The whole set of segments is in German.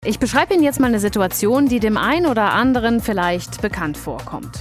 Ich beschreibe Ihnen jetzt mal eine Situation, die dem einen oder anderen vielleicht bekannt vorkommt.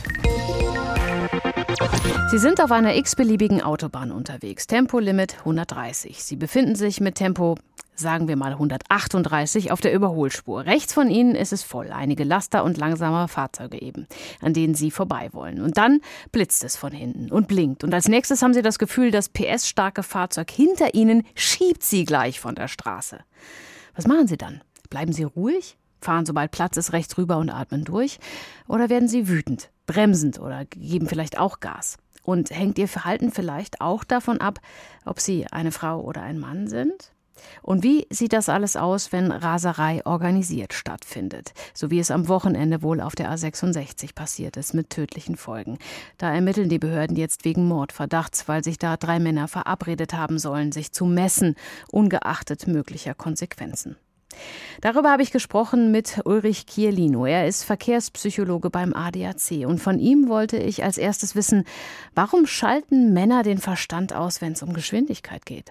Sie sind auf einer x-beliebigen Autobahn unterwegs. Tempolimit 130. Sie befinden sich mit Tempo, sagen wir mal 138, auf der Überholspur. Rechts von Ihnen ist es voll. Einige Laster und langsame Fahrzeuge eben, an denen Sie vorbei wollen. Und dann blitzt es von hinten und blinkt. Und als nächstes haben Sie das Gefühl, das PS-starke Fahrzeug hinter Ihnen schiebt Sie gleich von der Straße. Was machen Sie dann? Bleiben Sie ruhig? Fahren, sobald Platz ist, rechts rüber und atmen durch? Oder werden Sie wütend, bremsend oder geben vielleicht auch Gas? Und hängt Ihr Verhalten vielleicht auch davon ab, ob Sie eine Frau oder ein Mann sind? Und wie sieht das alles aus, wenn Raserei organisiert stattfindet? So wie es am Wochenende wohl auf der A66 passiert ist, mit tödlichen Folgen. Da ermitteln die Behörden jetzt wegen Mordverdachts, weil sich da 3 Männer verabredet haben sollen, sich zu messen, ungeachtet möglicher Konsequenzen. Darüber habe ich gesprochen mit Ulrich Kierlino. Er ist Verkehrspsychologe beim ADAC. Und von ihm wollte ich als erstes wissen, warum schalten Männer den Verstand aus, wenn es um Geschwindigkeit geht?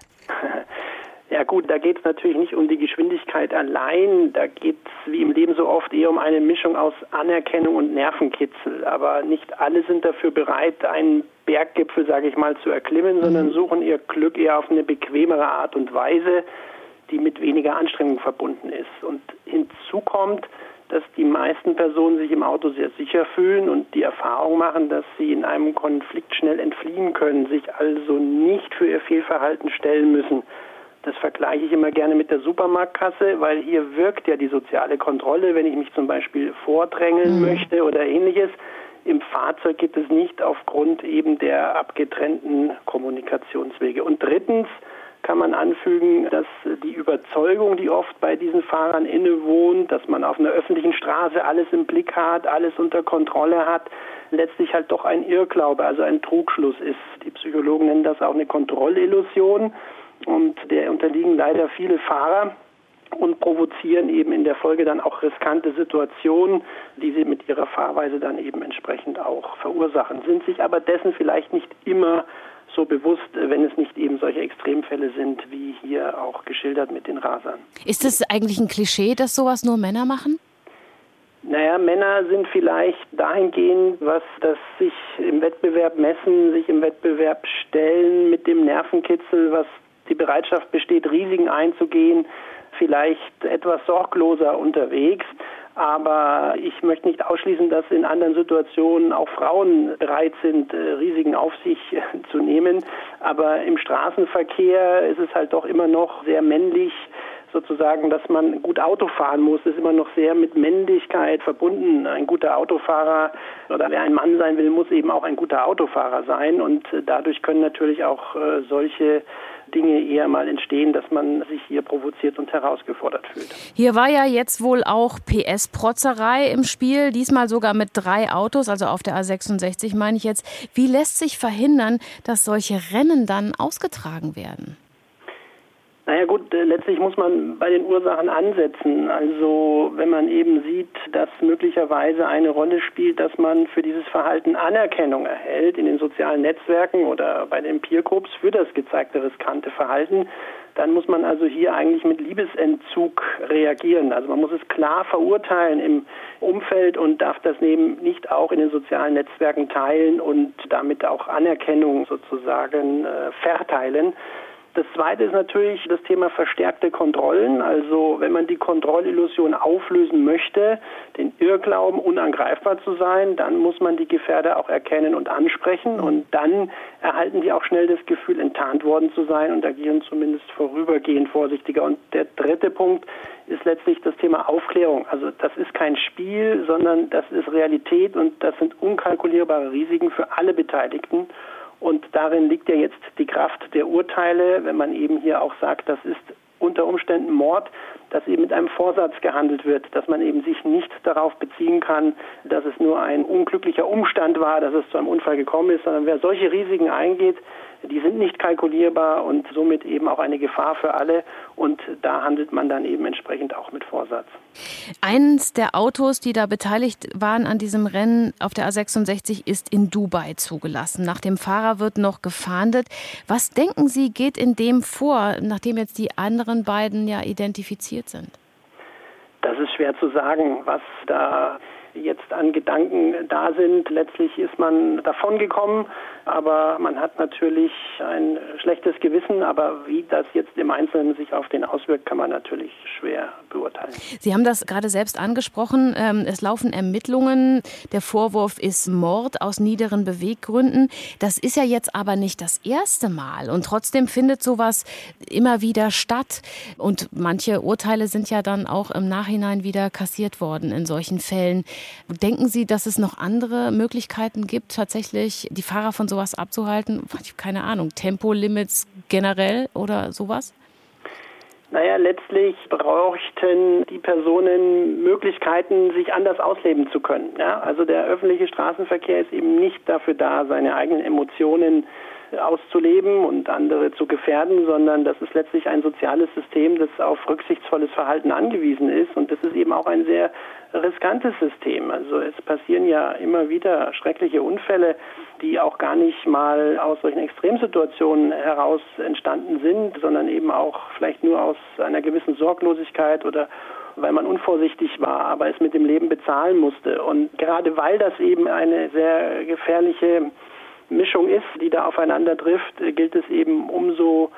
Ja gut, da geht es natürlich nicht um die Geschwindigkeit allein. Da geht es wie im Leben so oft eher um eine Mischung aus Anerkennung und Nervenkitzel. Aber nicht alle sind dafür bereit, einen Berggipfel, sage ich mal, zu erklimmen, sondern suchen ihr Glück eher auf eine bequemere Art und Weise, die mit weniger Anstrengung verbunden ist. Und hinzu kommt, dass die meisten Personen sich im Auto sehr sicher fühlen und die Erfahrung machen, dass sie in einem Konflikt schnell entfliehen können, sich also nicht für ihr Fehlverhalten stellen müssen. Das vergleiche ich immer gerne mit der Supermarktkasse, weil hier wirkt ja die soziale Kontrolle, wenn ich mich zum Beispiel vordrängeln möchte oder Ähnliches. Im Fahrzeug gibt es nicht aufgrund eben der abgetrennten Kommunikationswege. Und drittens kann man anfügen, dass die Überzeugung, die oft bei diesen Fahrern innewohnt, dass man auf einer öffentlichen Straße alles im Blick hat, alles unter Kontrolle hat, letztlich halt doch ein Irrglaube, also ein Trugschluss ist. Die Psychologen nennen das auch eine Kontrollillusion und der unterliegen leider viele Fahrer und provozieren eben in der Folge dann auch riskante Situationen, die sie mit ihrer Fahrweise dann eben entsprechend auch verursachen, sind sich aber dessen vielleicht nicht immer so bewusst, wenn es nicht eben solche Extremfälle sind, wie hier auch geschildert mit den Rasern. Ist es eigentlich ein Klischee, dass sowas nur Männer machen? Naja, Männer sind vielleicht dahingehend, was das sich im Wettbewerb messen, sich im Wettbewerb stellen mit dem Nervenkitzel, was die Bereitschaft besteht, Risiken einzugehen, vielleicht etwas sorgloser unterwegs. Aber ich möchte nicht ausschließen, dass in anderen Situationen auch Frauen bereit sind, Risiken auf sich zu nehmen. Aber im Straßenverkehr ist es halt doch immer noch sehr männlich, sozusagen, dass man gut Auto fahren muss. Das ist immer noch sehr mit Männlichkeit verbunden. Ein guter Autofahrer oder wer ein Mann sein will, muss eben auch ein guter Autofahrer sein. Und dadurch können natürlich auch solche Dinge eher mal entstehen, dass man sich hier provoziert und herausgefordert fühlt. Hier war ja jetzt wohl auch PS-Protzerei im Spiel, diesmal sogar mit 3 Autos, also auf der A66 meine ich jetzt. Wie lässt sich verhindern, dass solche Rennen dann ausgetragen werden? Naja gut, letztlich muss man bei den Ursachen ansetzen. Also wenn man eben sieht, dass möglicherweise eine Rolle spielt, dass man für dieses Verhalten Anerkennung erhält in den sozialen Netzwerken oder bei den Peergroups für das gezeigte riskante Verhalten, dann muss man also hier eigentlich mit Liebesentzug reagieren. Also man muss es klar verurteilen im Umfeld und darf das eben nicht auch in den sozialen Netzwerken teilen und damit auch Anerkennung sozusagen verteilen. Das Zweite ist natürlich das Thema verstärkte Kontrollen. Also wenn man die Kontrollillusion auflösen möchte, den Irrglauben, unangreifbar zu sein, dann muss man die Gefährder auch erkennen und ansprechen. Und dann erhalten die auch schnell das Gefühl, enttarnt worden zu sein und agieren zumindest vorübergehend vorsichtiger. Und der dritte Punkt ist letztlich das Thema Aufklärung. Also das ist kein Spiel, sondern das ist Realität und das sind unkalkulierbare Risiken für alle Beteiligten. Und darin liegt ja jetzt die Kraft der Urteile, wenn man eben hier auch sagt, das ist unter Umständen Mord, dass eben mit einem Vorsatz gehandelt wird, dass man eben sich nicht darauf beziehen kann, dass es nur ein unglücklicher Umstand war, dass es zu einem Unfall gekommen ist, sondern wer solche Risiken eingeht, die sind nicht kalkulierbar und somit eben auch eine Gefahr für alle. Und da handelt man dann eben entsprechend auch mit Vorsatz. Eines der Autos, die da beteiligt waren an diesem Rennen auf der A66, ist in Dubai zugelassen. Nach dem Fahrer wird noch gefahndet. Was denken Sie, geht in dem vor, nachdem jetzt die anderen beiden ja identifiziert sind? Das ist schwer zu sagen, was da jetzt an Gedanken da sind. Letztlich ist man davongekommen, aber man hat natürlich ein schlechtes Gewissen. Aber wie das jetzt im Einzelnen sich auf den auswirkt, kann man natürlich schwer beurteilen. Sie haben das gerade selbst angesprochen. Es laufen Ermittlungen. Der Vorwurf ist Mord aus niederen Beweggründen. Das ist ja jetzt aber nicht das erste Mal. Und trotzdem findet sowas immer wieder statt. Und manche Urteile sind ja dann auch im Nachhinein wieder kassiert worden in solchen Fällen. Denken Sie, dass es noch andere Möglichkeiten gibt, tatsächlich die Fahrer von sowas abzuhalten? Ich habe keine Ahnung, Tempolimits generell oder sowas? Naja, letztlich bräuchten die Personen Möglichkeiten, sich anders ausleben zu können. Ja? Also der öffentliche Straßenverkehr ist eben nicht dafür da, seine eigenen Emotionen auszuleben und andere zu gefährden, sondern das ist letztlich ein soziales System, das auf rücksichtsvolles Verhalten angewiesen ist. Und das ist eben auch ein sehr riskantes System. Also es passieren ja immer wieder schreckliche Unfälle, die auch gar nicht mal aus solchen Extremsituationen heraus entstanden sind, sondern eben auch vielleicht nur aus einer gewissen Sorglosigkeit oder weil man unvorsichtig war, aber es mit dem Leben bezahlen musste. Und gerade weil das eben eine sehr gefährliche Mischung ist, die da aufeinander trifft, gilt es eben umso,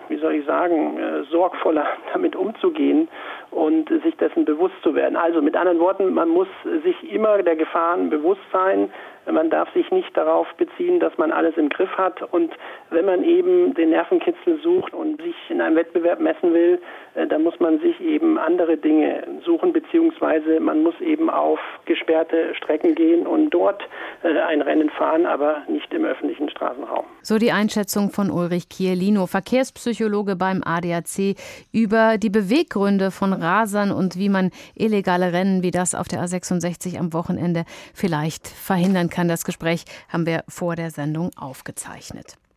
sorgvoller damit umzugehen und sich dessen bewusst zu werden. Also mit anderen Worten, man muss sich immer der Gefahren bewusst sein. Man darf sich nicht darauf beziehen, dass man alles im Griff hat. Und wenn man eben den Nervenkitzel sucht und sich in einem Wettbewerb messen will, dann muss man sich eben andere Dinge suchen, beziehungsweise man muss eben auf gesperrte Strecken gehen und dort ein Rennen fahren, aber nicht im öffentlichen Straßenraum. So die Einschätzung von Ulrich Chiellino, Verkehrspsychologe beim ADAC, über die Beweggründe von Rasern und wie man illegale Rennen wie das auf der A66 am Wochenende vielleicht verhindern kann. Das Gespräch haben wir vor der Sendung aufgezeichnet.